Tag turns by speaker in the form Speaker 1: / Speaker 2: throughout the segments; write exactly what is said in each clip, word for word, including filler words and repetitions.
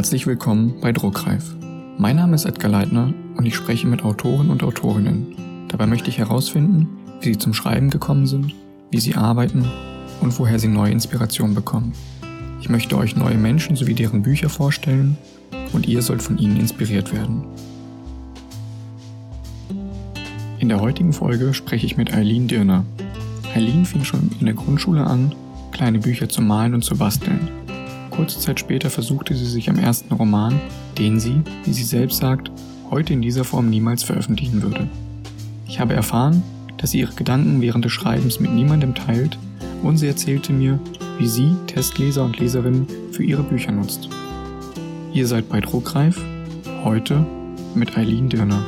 Speaker 1: Herzlich willkommen bei Druckreif. Mein Name ist Edgar Leitner und ich spreche mit Autoren und Autorinnen. Dabei möchte ich herausfinden, wie sie zum Schreiben gekommen sind, wie sie arbeiten und woher sie neue Inspirationen bekommen. Ich möchte euch neue Menschen sowie deren Bücher vorstellen und ihr sollt von ihnen inspiriert werden. In der heutigen Folge spreche ich mit Eileen Dirner. Eileen fing schon in der Grundschule an, kleine Bücher zu malen und zu basteln. Kurze Zeit später versuchte sie sich am ersten Roman, den sie, wie sie selbst sagt, heute in dieser Form niemals veröffentlichen würde. Ich habe erfahren, dass sie ihre Gedanken während des Schreibens mit niemandem teilt und sie erzählte mir, wie sie Testleser und Leserinnen für ihre Bücher nutzt. Ihr seid bei Druckreif, heute mit Eileen Dirner.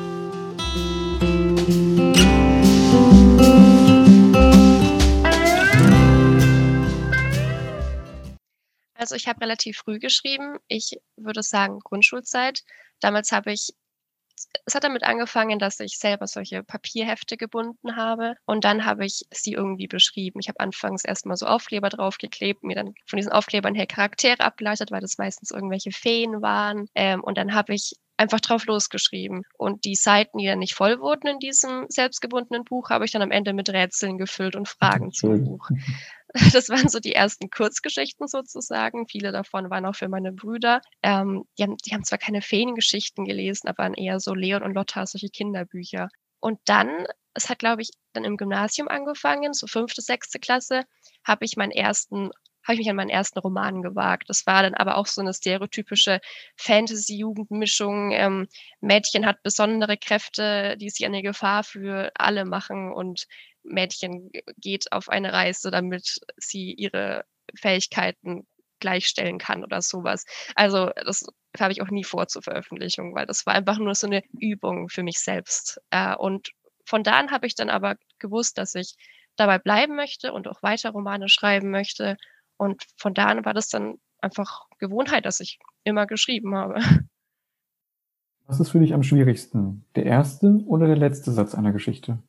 Speaker 2: Also ich habe relativ früh geschrieben. Ich würde sagen Grundschulzeit. Damals habe ich es hat damit angefangen, dass ich selber solche Papierhefte gebunden habe und dann habe ich sie irgendwie beschrieben. Ich habe anfangs erst mal so Aufkleber draufgeklebt, mir dann von diesen Aufklebern her Charaktere abgeleitet, weil das meistens irgendwelche Feen waren. Ähm, und dann habe ich einfach drauf losgeschrieben. Und die Seiten, die dann nicht voll wurden in diesem selbstgebundenen Buch, habe ich dann am Ende mit Rätseln gefüllt und Fragen zum Buch. Das waren so die ersten Kurzgeschichten sozusagen. Viele davon waren auch für meine Brüder. Ähm, die haben die haben zwar keine Feengeschichten gelesen, aber waren eher so Leon und Lotta, solche Kinderbücher. Und dann es hat, glaube ich, dann im Gymnasium angefangen, so fünfte, sechste Klasse, habe ich meinen ersten habe ich mich an meinen ersten Roman gewagt. Das war dann aber auch so 'ne stereotypische Fantasy-Jugendmischung. Ähm, Mädchen hat besondere Kräfte, die sie eine Gefahr für alle machen und Mädchen g geht auf eine Reise, damit sie ihre Fähigkeiten gleichstellen kann oder so was. Also, das habe ich auch nie vor zur Veröffentlichung, weil das war einfach nur so 'ne Übung für mich selbst. Äh, und von da an habe ich dann aber gewusst, dass ich dabei bleiben möchte und auch weiter Romane schreiben möchte. Und von da an war das dann einfach Gewohnheit, dass ich immer geschrieben habe.
Speaker 1: Was ist für dich am schwierigsten, der erste oder der letzte Satz einer Geschichte?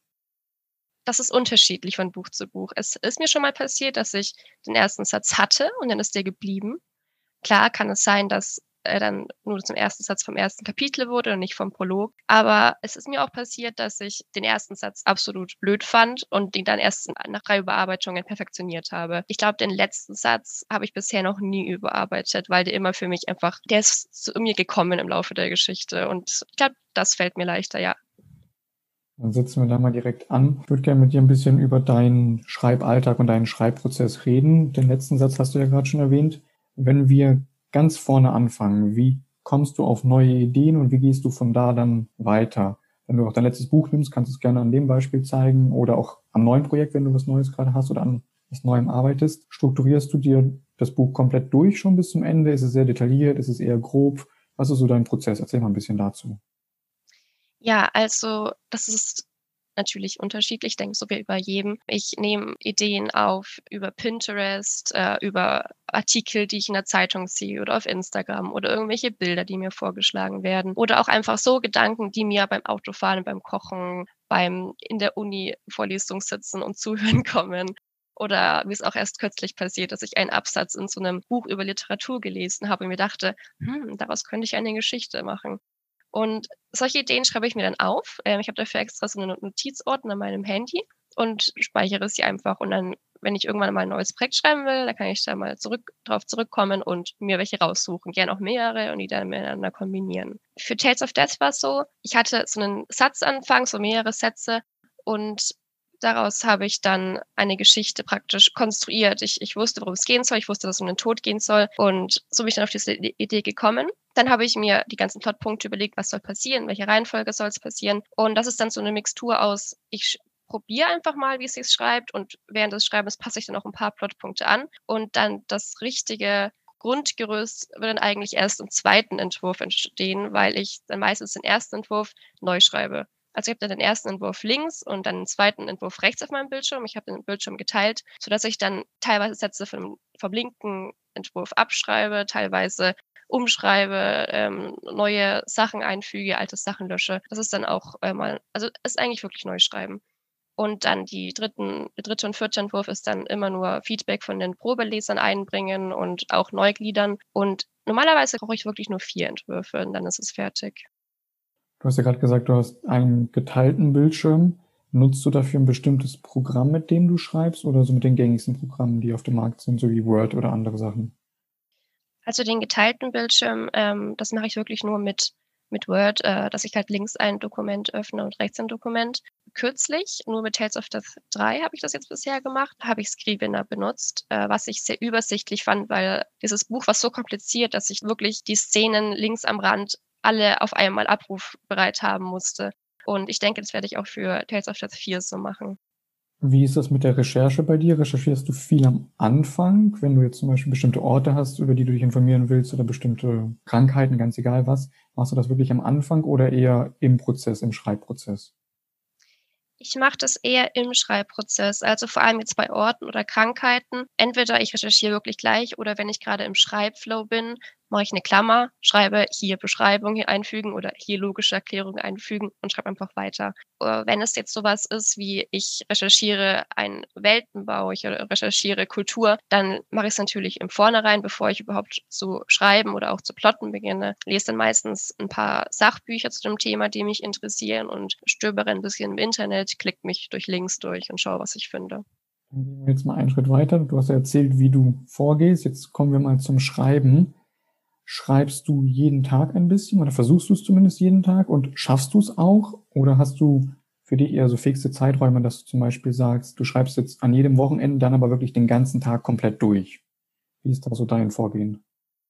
Speaker 2: Das ist unterschiedlich von Buch zu Buch. Es ist mir schon mal passiert, dass ich den ersten Satz hatte und dann ist der geblieben. Klar kann es sein, dass er dann nur zum ersten Satz vom ersten Kapitel wurde und nicht vom Prolog. Aber es ist mir auch passiert, dass ich den ersten Satz absolut blöd fand und den dann erst nach drei Überarbeitungen perfektioniert habe. Ich glaube, den letzten Satz habe ich bisher noch nie überarbeitet, weil der immer für mich einfach der ist zu mir gekommen im Laufe der Geschichte und ich glaube, das fällt mir leichter, ja.
Speaker 1: Dann setzen wir da mal direkt an. Ich würde gerne mit dir 'n bisschen über deinen Schreiballtag und deinen Schreibprozess reden. Den letzten Satz hast du ja grad schon erwähnt. Wenn wir ganz vorne anfangen, wie kommst du auf neue Ideen und wie gehst du von da dann weiter? Wenn du auch dein letztes Buch nimmst, kannst du's gerne an dem Beispiel zeigen oder auch am neuen Projekt, wenn du was Neues grade hast oder an was Neuem arbeitest. Strukturierst du dir das Buch komplett durch schon bis zum Ende? Ist es sehr detailliert? Ist es eher grob? Was ist so dein Prozess? Erzähl mal 'n bisschen dazu.
Speaker 2: Ja, also, das ist natürlich unterschiedlich, ich denke so wie bei jedem. Ich nehme Ideen auf über Pinterest, äh, über Artikel, die ich in der Zeitung sehe oder auf Instagram oder irgendwelche Bilder, die mir vorgeschlagen werden oder auch einfach so Gedanken, die mir beim Autofahren, beim Kochen, beim in der Uni Vorlesung sitzen und zuhören kommen. Oder mir ist auch erst kürzlich passiert, dass ich einen Absatz in so 'nem Buch über Literatur gelesen habe und mir dachte: „Hm, daraus könnte ich eine Geschichte machen.“ Und solche Ideen schreibe ich mir dann auf. Ähm, ich habe dafür extra so 'nen No Notizordner in meinem Handy und speichere sie einfach. Und dann, wenn ich irgendwann mal 'n neues Projekt schreiben will, dann kann ich da mal zurück drauf zurückkommen und mir welche raussuchen, gern auch mehrere und die dann miteinander kombinieren. Für Tales of Death war's so, ich hatte so 'nen Satzanfang, so mehrere Sätze und daraus habe ich dann eine Geschichte praktisch konstruiert. Ich ich wusste, worum es gehen soll. Ich wusste, dass es um den Tod gehen soll und so bin ich dann auf diese I Idee gekommen. Dann habe ich mir die ganzen Plotpunkte überlegt, was soll passieren, in welcher Reihenfolge soll's passieren. Und das ist dann so 'ne Mixtur aus, ich sch probiere einfach mal, wie es sich schreibt und während des Schreibens passe ich dann auch 'n paar Plotpunkte an und dann das richtige Grundgerüst wird dann eigentlich erst im zweiten Entwurf entstehen, weil ich dann meistens den ersten Entwurf neu schreibe. Also, ich habe dann den ersten Entwurf links und dann 'n zweiten Entwurf rechts auf meinem Bildschirm. Ich habe den Bildschirm geteilt, sodass ich dann teilweise Sätze vom vom linken Entwurf abschreibe, teilweise umschreibe, ähm, neue Sachen einfüge, alte Sachen lösche. Das ist dann auch, äh, mal also, ist eigentlich wirklich neu schreiben. Und dann die dritten der dritte und vierte Entwurf ist dann immer nur Feedback von den Probelesern einbringen und auch Neugliedern. Und Normalerweise brauche ich wirklich nur vier Entwürfe und dann ist es fertig.
Speaker 1: Du hast ja gerade gesagt, du hast einen geteilten Bildschirm. Nutzt du dafür ein bestimmtes Programm, mit dem du schreibst, oder so mit den gängigsten Programmen, die auf dem Markt sind, so wie Word oder andere Sachen?
Speaker 2: Also, den geteilten Bildschirm, ähm, das mache ich wirklich nur mit mit Word, äh, dass ich halt links ein Dokument öffne und rechts ein Dokument. Kürzlich, nur mit Tales of Death drei habe ich das jetzt bisher gemacht, habe ich Scrivener benutzt, äh, was ich sehr übersichtlich fand, weil dieses Buch war so kompliziert, dass ich wirklich die Szenen links am Rand alle auf einmal abrufbereit haben musste. Und ich denke, das werde ich auch für Tales of Death vier so machen.
Speaker 1: Wie ist das mit der Recherche bei dir? Recherchierst du viel am Anfang, wenn du jetzt zum Beispiel bestimmte Orte hast, über die du dich informieren willst, oder bestimmte Krankheiten, ganz egal was? Machst du das wirklich am Anfang oder eher im Prozess, im Schreibprozess?
Speaker 2: Ich mache das eher im Schreibprozess, also vor allem jetzt bei Orten oder Krankheiten. Entweder ich recherchiere wirklich gleich oder wenn ich gerade im Schreibflow bin, mache ich eine Klammer, schreibe hier Beschreibung hier einfügen oder hier logische Erklärung einfügen und schreibe einfach weiter. Äh, wenn es jetzt so was ist wie ich recherchiere einen Weltenbau, ich re recherchiere Kultur, dann mache ich's natürlich im Vornherein, bevor ich überhaupt zu schreiben oder auch zu plotten beginne. Lese dann meistens 'n paar Sachbücher zu dem Thema, die mich interessieren und stöbere 'n bisschen im Internet, klicke mich durch Links durch und schaue, was ich finde.
Speaker 1: Dann gehen wir jetzt mal einen Schritt weiter. Du hast ja erzählt, wie du vorgehst. Jetzt kommen wir mal zum Schreiben. Schreibst du jeden Tag ein bisschen oder versuchst du es zumindest jeden Tag, und schaffst du es auch? Oder hast du für dich eher so fixe Zeiträume, dass du zum Beispiel sagst, du schreibst jetzt an jedem Wochenende dann aber wirklich den ganzen Tag komplett durch? Wie ist da so dein Vorgehen?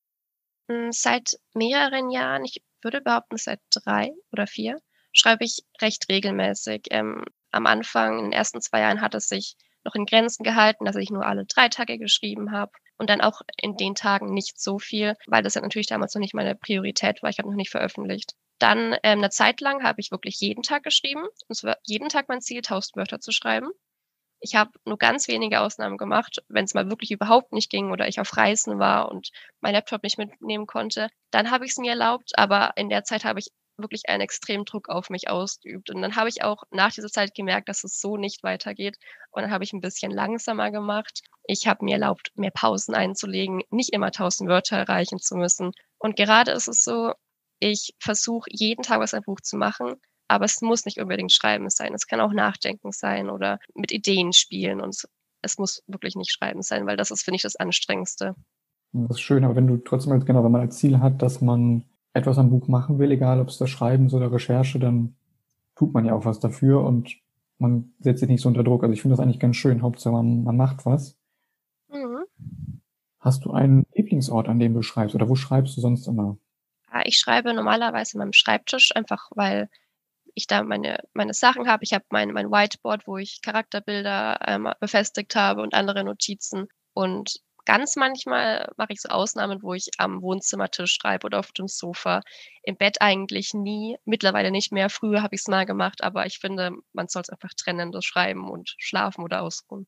Speaker 2: Hm, seit mehreren Jahren, ich würde behaupten, seit drei oder vier, schreibe ich recht regelmäßig. Ähm, am Anfang, in den ersten zwei Jahren hat es sich noch in Grenzen gehalten, dass ich nur alle drei Tage geschrieben habe und dann auch in den Tagen nicht so viel, weil das ja natürlich damals noch nicht meine Priorität war. Ich habe noch nicht veröffentlicht. Dann, ähm, 'ne Zeit lang habe ich wirklich jeden Tag geschrieben. Es war jeden Tag mein Ziel, tausend Wörter zu schreiben. Ich habe nur ganz wenige Ausnahmen gemacht, wenn's mal wirklich überhaupt nicht ging oder ich auf Reisen war und meinen Laptop nicht mitnehmen konnte. Dann habe ich's mir erlaubt, aber in der Zeit habe ich wirklich einen extremen Druck auf mich ausgeübt. Und dann habe ich auch nach dieser Zeit gemerkt, dass es so nicht weitergeht. Und dann habe ich 'n bisschen langsamer gemacht. Ich habe mir erlaubt, mehr Pausen einzulegen, nicht immer tausend Wörter erreichen zu müssen. Und gerade ist es so, ich versuche jeden Tag was ein Buch zu machen, aber es muss nicht unbedingt Schreiben sein. Es kann auch Nachdenken sein oder mit Ideen spielen und es muss wirklich nicht Schreiben sein, weil das ist, finde ich, das Anstrengendste.
Speaker 1: Das ist schön, aber wenn du trotzdem halt genau, wenn man als Ziel hat, dass man etwas am Buch machen will, egal ob es das Schreiben ist oder Recherche, dann tut man ja auch was dafür und man setzt sich nicht so unter Druck. Also, ich finde das eigentlich ganz schön. Hauptsache man man macht was.
Speaker 2: Mhm.
Speaker 1: Hast du einen Lieblingsort, an dem du schreibst, oder wo schreibst du sonst immer?
Speaker 2: Ah, ich schreibe normalerweise an meinem Schreibtisch, einfach weil ich da meine meine Sachen habe. Ich habe mein mein Whiteboard, wo ich Charakterbilder, ähm, befestigt habe und andere Notizen. Und ganz manchmal mache ich so Ausnahmen, wo ich am Wohnzimmertisch schreibe oder auf dem Sofa. Im Bett eigentlich nie, mittlerweile nicht mehr. Früher habe ich's mal gemacht, aber ich finde, man soll's einfach trennen, das Schreiben und Schlafen oder Ausruhen.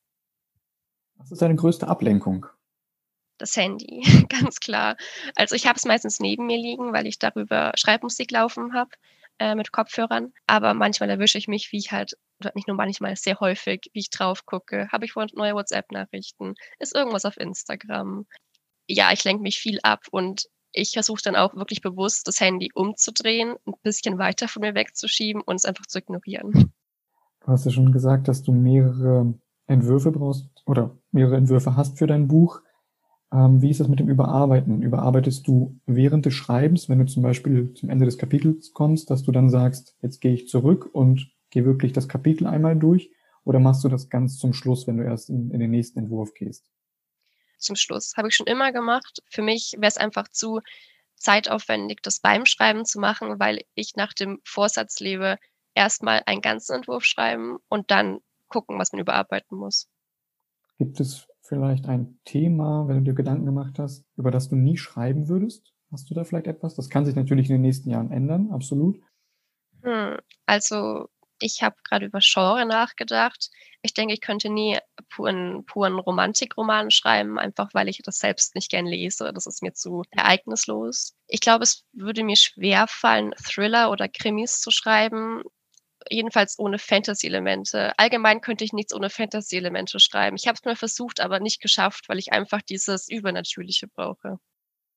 Speaker 1: Was ist deine größte Ablenkung?
Speaker 2: Das Handy, ganz klar. Also, ich habe es meistens neben mir liegen, weil ich darüber Schreibmusik laufen habe, äh, mit Kopfhörern. Aber manchmal erwische ich mich, wie ich halt oder nicht nur manchmal, sehr häufig, wie ich drauf gucke. Habe ich wohl neue WhatsApp-Nachrichten? Ist irgendwas auf Instagram? Ja, ich lenke mich viel ab und ich versuche dann auch wirklich bewusst, das Handy umzudrehen, 'n bisschen weiter von mir wegzuschieben und es einfach zu ignorieren.
Speaker 1: Du hast ja schon gesagt, dass du mehrere Entwürfe brauchst oder mehrere Entwürfe hast für dein Buch. Ähm, wie ist das mit dem Überarbeiten? Überarbeitest du während des Schreibens, wenn du zum Beispiel zum Ende des Kapitels kommst, dass du dann sagst: „Jetzt gehe ich zurück und gehe wirklich das Kapitel einmal durch“, oder machst du das ganz zum Schluss, wenn du erst in in den nächsten Entwurf gehst?
Speaker 2: Zum Schluss. Habe ich schon immer gemacht. Für mich wäre es einfach zu zeitaufwendig, das beim Schreiben zu machen, weil ich nach dem Vorsatz lebe, erst mal einen ganzen Entwurf schreiben und dann gucken, was man überarbeiten muss.
Speaker 1: Gibt es vielleicht ein Thema, wenn du dir Gedanken gemacht hast, über das du nie schreiben würdest? Hast du da vielleicht etwas? Das kann sich natürlich in den nächsten Jahren ändern, absolut.
Speaker 2: Hm, also, ich habe grade über Genre nachgedacht. Ich denke, ich könnte nie puren puren Romantikroman schreiben, einfach weil ich das selbst nicht gern lese. Das ist mir zu ereignislos. Ich glaube, es würde mir schwerfallen, Thriller oder Krimis zu schreiben, jedenfalls ohne Fantasy-Elemente. Allgemein könnte ich nichts ohne Fantasy-Elemente schreiben. Ich habe es mal versucht, aber nicht geschafft, weil ich einfach dieses Übernatürliche brauche.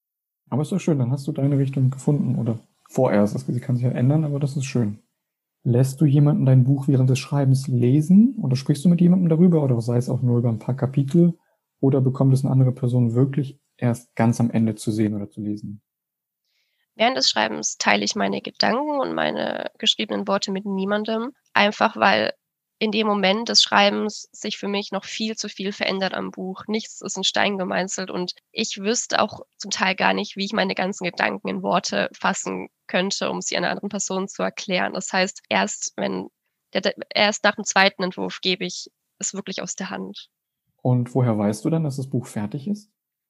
Speaker 1: Aber ist doch schön, dann hast du deine Richtung gefunden oder vorerst. Das, sie kann sich ja ändern, aber das ist schön. Lässt du jemanden dein Buch während des Schreibens lesen oder sprichst du mit jemandem darüber oder sei es auch nur über ein paar Kapitel oder bekommt es eine andere Person wirklich erst ganz am Ende zu sehen oder zu lesen?
Speaker 2: Während des Schreibens teile ich meine Gedanken und meine geschriebenen Worte mit niemandem, einfach weil in dem Moment des Schreibens sich für mich noch viel zu viel verändert am Buch. Nichts ist in Stein gemeißelt und ich wüsste auch zum Teil gar nicht, wie ich meine ganzen Gedanken in Worte fassen könnte, um sie einer anderen Person zu erklären. Das heißt, erst wenn der, der, erst nach dem zweiten Entwurf gebe ich es wirklich aus der Hand.
Speaker 1: Und woher weißt du dann, dass das Buch fertig ist?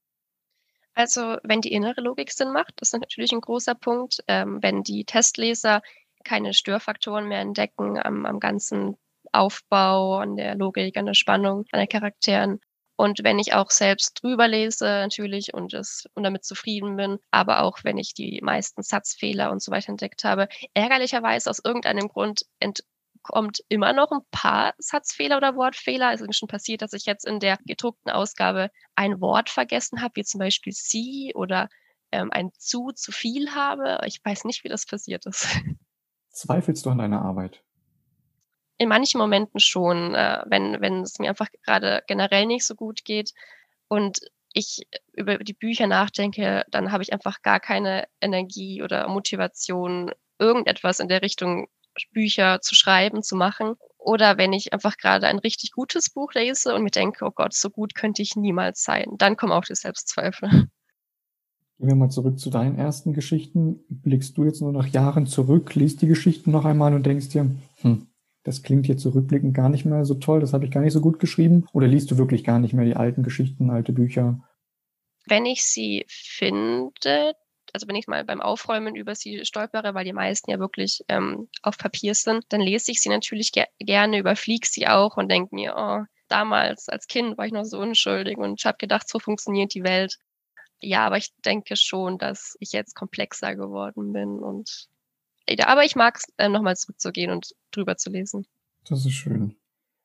Speaker 2: Also, wenn die innere Logik Sinn macht, ist natürlich ein großer Punkt. Ähm, wenn die Testleser keine Störfaktoren mehr entdecken am am ganzen Aufbau, an der Logik, an der Spannung, an den Charakteren. Und wenn ich auch selbst drüber lese natürlich und es und damit zufrieden bin, aber auch wenn ich die meisten Satzfehler und so weiter entdeckt habe. Ärgerlicherweise aus irgendeinem Grund entkommt immer noch ein paar Satzfehler oder Wortfehler. Es ist mir schon passiert, dass ich jetzt in der gedruckten Ausgabe ein Wort vergessen habe, wie zum Beispiel „sie“ oder, ähm, ein „zu“ zu viel habe. Ich weiß nicht, wie das passiert ist.
Speaker 1: Zweifelst du an deiner Arbeit?
Speaker 2: In manchen Momenten schon, äh, wenn wenn es mir einfach gerade generell nicht so gut geht und ich über die Bücher nachdenke, dann habe ich einfach gar keine Energie oder Motivation, irgendetwas in der Richtung Bücher zu schreiben, zu machen. Oder wenn ich einfach gerade ein richtig gutes Buch lese und mir denke: „Oh Gott, so gut könnte ich niemals sein.“ Dann kommen auch die Selbstzweifel.
Speaker 1: Gehen wir mal zurück zu deinen ersten Geschichten. Blickst du jetzt nur nach Jahren zurück, liest die Geschichten noch einmal und denkst dir, hm, das klingt jetzt zurückblickend gar nicht mehr so toll, das habe ich gar nicht so gut geschrieben? Oder liest du wirklich gar nicht mehr die alten Geschichten, alte Bücher?
Speaker 2: Wenn ich sie finde, also wenn ich mal beim Aufräumen über sie stolpere, weil die meisten ja wirklich, ähm, auf Papier sind, dann lese ich sie natürlich ger gerne, überfliege sie auch und denke mir: „Oh, damals als Kind war ich noch so unschuldig und ich habe gedacht, so funktioniert die Welt.“ Ja, aber ich denke schon, dass ich jetzt komplexer geworden bin und ja, aber ich mag's, ähm, noch mal zurückzugehen und drüber zu lesen.
Speaker 1: Das ist schön.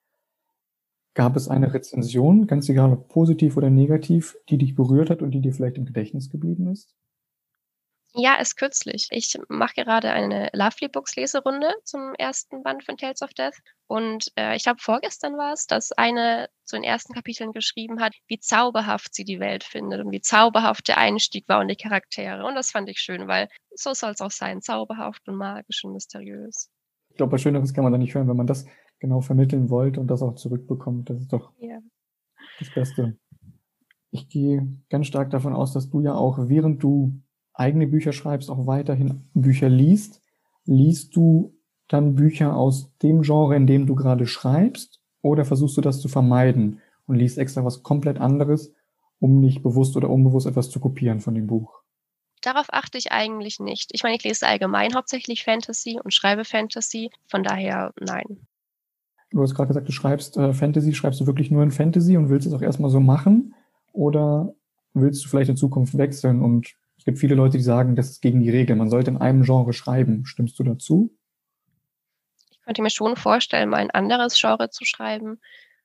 Speaker 1: Gab es eine Rezension, ganz egal ob positiv oder negativ, die dich berührt hat und die dir vielleicht im Gedächtnis geblieben ist?
Speaker 2: Ja, erst kürzlich. Ich mache gerade eine Lovely Books Leserunde zum ersten Band von Tales of Death und, äh, ich glaube, vorgestern war es, dass eine zu den ersten Kapiteln geschrieben hat, wie zauberhaft sie die Welt findet und wie zauberhaft der Einstieg war und die Charaktere. Und das fand ich schön, weil so soll's auch sein, zauberhaft und magisch und mysteriös.
Speaker 1: Ich glaube, was Schöneres kann man da nicht hören, wenn man das genau vermitteln wollte und das auch zurückbekommt. Das ist doch
Speaker 2: Ja.
Speaker 1: das Beste. Ich gehe ganz stark davon aus, dass du ja auch, während du eigene Bücher schreibst, auch weiterhin Bücher liest. Liest du dann Bücher aus dem Genre, in dem du gerade schreibst, oder versuchst du das zu vermeiden und liest extra was komplett anderes, um nicht bewusst oder unbewusst etwas zu kopieren von dem Buch?
Speaker 2: Darauf achte ich eigentlich nicht. Ich meine, ich lese allgemein hauptsächlich Fantasy und schreibe Fantasy, von daher nein.
Speaker 1: Du hast gerade gesagt, du schreibst äh, Fantasy. Schreibst du wirklich nur in Fantasy und willst es auch erstmal so machen? Oder willst du vielleicht in Zukunft wechseln? Und es gibt viele Leute, die sagen, das ist gegen die Regel. Man sollte in einem Genre schreiben. Stimmst du dazu?
Speaker 2: Ich könnte mir schon vorstellen, mal ein anderes Genre zu schreiben,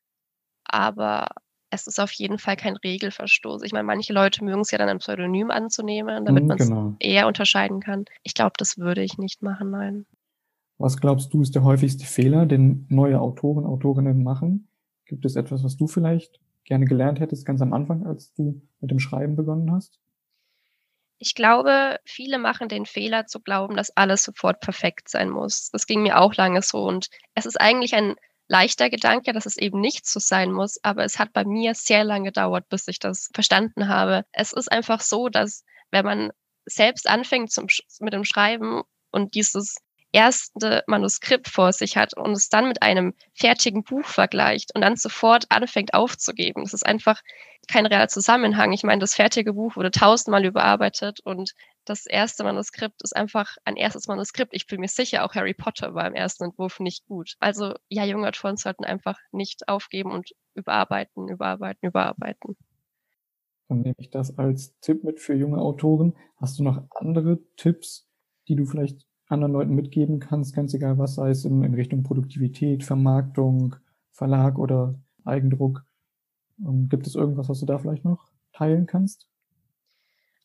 Speaker 2: aber es ist auf jeden Fall kein Regelverstoß. Ich meine, manche Leute mögen's ja dann ein Pseudonym anzunehmen, damit
Speaker 1: Mhm,
Speaker 2: man's
Speaker 1: genau.
Speaker 2: eher unterscheiden kann. Ich glaube, das würde ich nicht machen, nein.
Speaker 1: Was glaubst du, ist der häufigste Fehler, den neue Autoren, Autorinnen machen? Gibt es etwas, was du vielleicht gerne gelernt hättest, ganz am Anfang, als du mit dem Schreiben begonnen hast?
Speaker 2: Ich glaube, viele machen den Fehler zu glauben, dass alles sofort perfekt sein muss. Das ging mir auch lange so und es ist eigentlich ein leichter Gedanke, dass es eben nicht so sein muss, aber es hat bei mir sehr lange gedauert, bis ich das verstanden habe. Es ist einfach so, dass wenn man selbst anfängt zum Sch mit dem Schreiben und dieses erste Manuskript vor sich hat und es dann mit einem fertigen Buch vergleicht und dann sofort anfängt aufzugeben. Das ist einfach kein realer Zusammenhang. Ich meine, das fertige Buch wurde tausendmal überarbeitet und das erste Manuskript ist einfach ein erstes Manuskript. Ich bin mir sicher, auch Harry Potter war im ersten Entwurf nicht gut. Also, ja, junge Autoren sollten einfach nicht aufgeben und überarbeiten, überarbeiten, überarbeiten.
Speaker 1: Dann nehme ich das als Tipp mit für junge Autoren. Hast du noch andere Tipps, die du vielleicht anderen Leuten mitgeben kannst, ganz egal was, sei es in, in Richtung Produktivität, Vermarktung, Verlag oder Eigendruck? Ähm, gibt es irgendwas, was du da vielleicht noch teilen kannst?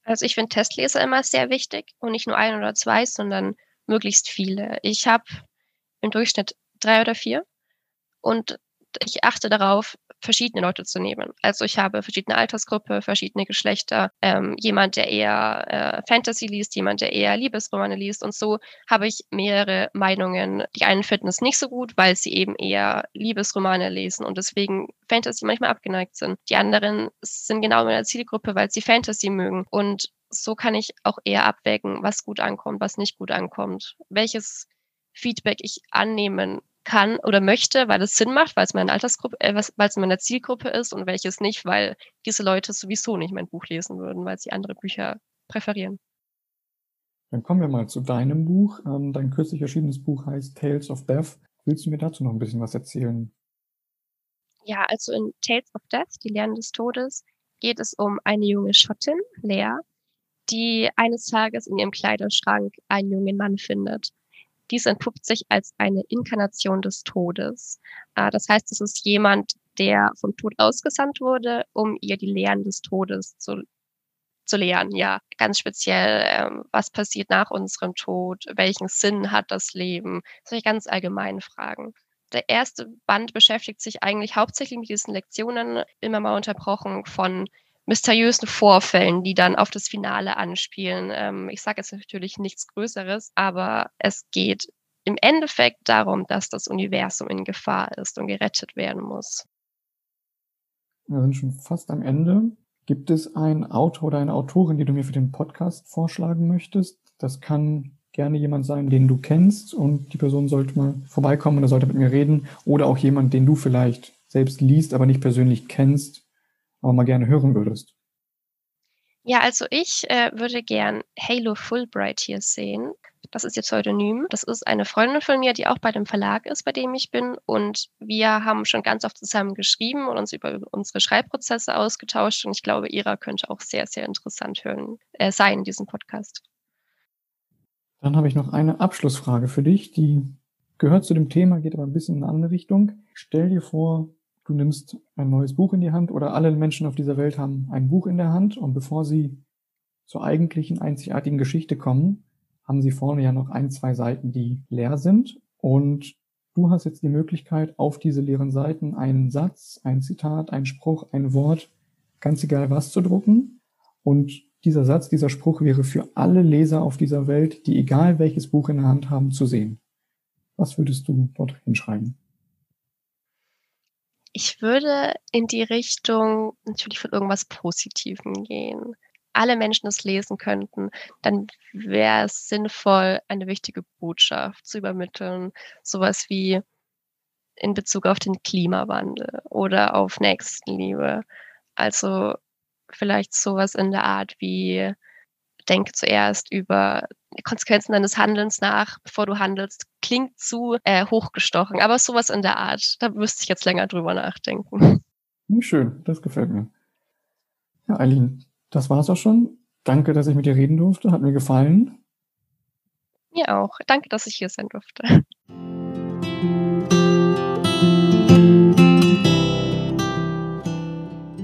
Speaker 2: Also, ich finde Testleser immer sehr wichtig und nicht nur ein oder zwei, sondern möglichst viele. Ich habe im Durchschnitt drei oder vier und ich achte darauf, verschiedene Leute zu nehmen. Also, ich habe verschiedene Altersgruppe, verschiedene Geschlechter, ähm, jemand, der eher, äh, Fantasy liest, jemand, der eher Liebesromane liest und so habe ich mehrere Meinungen. Die einen finden es nicht so gut, weil sie eben eher Liebesromane lesen und deswegen Fantasy manchmal abgeneigt sind. Die anderen sind genau in meiner Zielgruppe, weil sie Fantasy mögen und so kann ich auch eher abwägen, was gut ankommt, was nicht gut ankommt, welches Feedback ich annehmen kann oder möchte, weil es Sinn macht, weil es meine Altersgruppe äh, was weil's in meiner Zielgruppe ist und welches nicht, weil diese Leute sowieso nicht mein Buch lesen würden, weil sie andere Bücher präferieren.
Speaker 1: Dann kommen wir mal zu deinem Buch. Ähm, dein kürzlich erschienenes Buch heißt Tales of Death. Willst du mir dazu noch ein bisschen was erzählen?
Speaker 2: Ja, also in Tales of Death, die Lehren des Todes, geht es um eine junge Schottin, Lea, die eines Tages in ihrem Kleiderschrank einen jungen Mann findet. Dies entpuppt sich als eine Inkarnation des Todes. Äh, das heißt, es ist jemand, der vom Tod ausgesandt wurde, um ihr die Lehren des Todes zu zu lehren, ja. Ganz speziell, ähm, was passiert nach unserem Tod? Welchen Sinn hat das Leben? Solche ganz allgemeinen Fragen. Der erste Band beschäftigt sich eigentlich hauptsächlich mit diesen Lektionen, immer mal unterbrochen von mysteriösen Vorfällen, die dann auf das Finale anspielen. Ähm, ich sage jetzt natürlich nichts Größeres, aber es geht im Endeffekt darum, dass das Universum in Gefahr ist und gerettet werden muss.
Speaker 1: Wir sind schon fast am Ende. Gibt es einen Autor oder eine Autorin, die du mir für den Podcast vorschlagen möchtest? Das kann gerne jemand sein, den du kennst und die Person sollte mal vorbeikommen oder sollte mit mir reden. Oder auch jemand, den du vielleicht selbst liest, aber nicht persönlich kennst, aber mal gerne hören würdest.
Speaker 2: Ja, also ich, äh, würde gern Halo Fulbright hier sehen. Das ist ihr Pseudonym. Das ist eine Freundin von mir, die auch bei dem Verlag ist, bei dem ich bin. Und wir haben schon ganz oft zusammen geschrieben und uns über unsere Schreibprozesse ausgetauscht. Und ich glaube, ihrer könnte auch sehr, sehr interessant hören äh, sein, diesen Podcast.
Speaker 1: Dann habe ich noch eine Abschlussfrage für dich, die gehört zu dem Thema, geht aber ein bisschen in eine andere Richtung. Stell dir vor, du nimmst ein neues Buch in die Hand oder alle Menschen auf dieser Welt haben ein Buch in der Hand und bevor sie zur eigentlichen einzigartigen Geschichte kommen, haben sie vorne ja noch ein, zwei Seiten, die leer sind und du hast jetzt die Möglichkeit, auf diese leeren Seiten einen Satz, ein Zitat, ein Spruch, ein Wort, ganz egal was zu drucken und dieser Satz, dieser Spruch wäre für alle Leser auf dieser Welt, die egal welches Buch in der Hand haben, zu sehen. Was würdest du dort hinschreiben?
Speaker 2: Ich würde in die Richtung natürlich von irgendwas Positivem gehen. Alle Menschen es lesen könnten, dann wäre es sinnvoll, eine wichtige Botschaft zu übermitteln. Sowas wie in Bezug auf den Klimawandel oder auf Nächstenliebe. Also, vielleicht sowas in der Art wie: „Denke zuerst über die Konsequenzen deines Handelns nach, bevor du handelst.“ Klingt zu, äh, hochgestochen, aber sowas in der Art. Da müsste ich jetzt länger drüber nachdenken.
Speaker 1: Hm, schön, das gefällt mir. Ja, Eileen, das war's auch schon. Danke, dass ich mit dir reden durfte. Hat mir gefallen.
Speaker 2: Mir auch. Danke, dass ich hier sein durfte.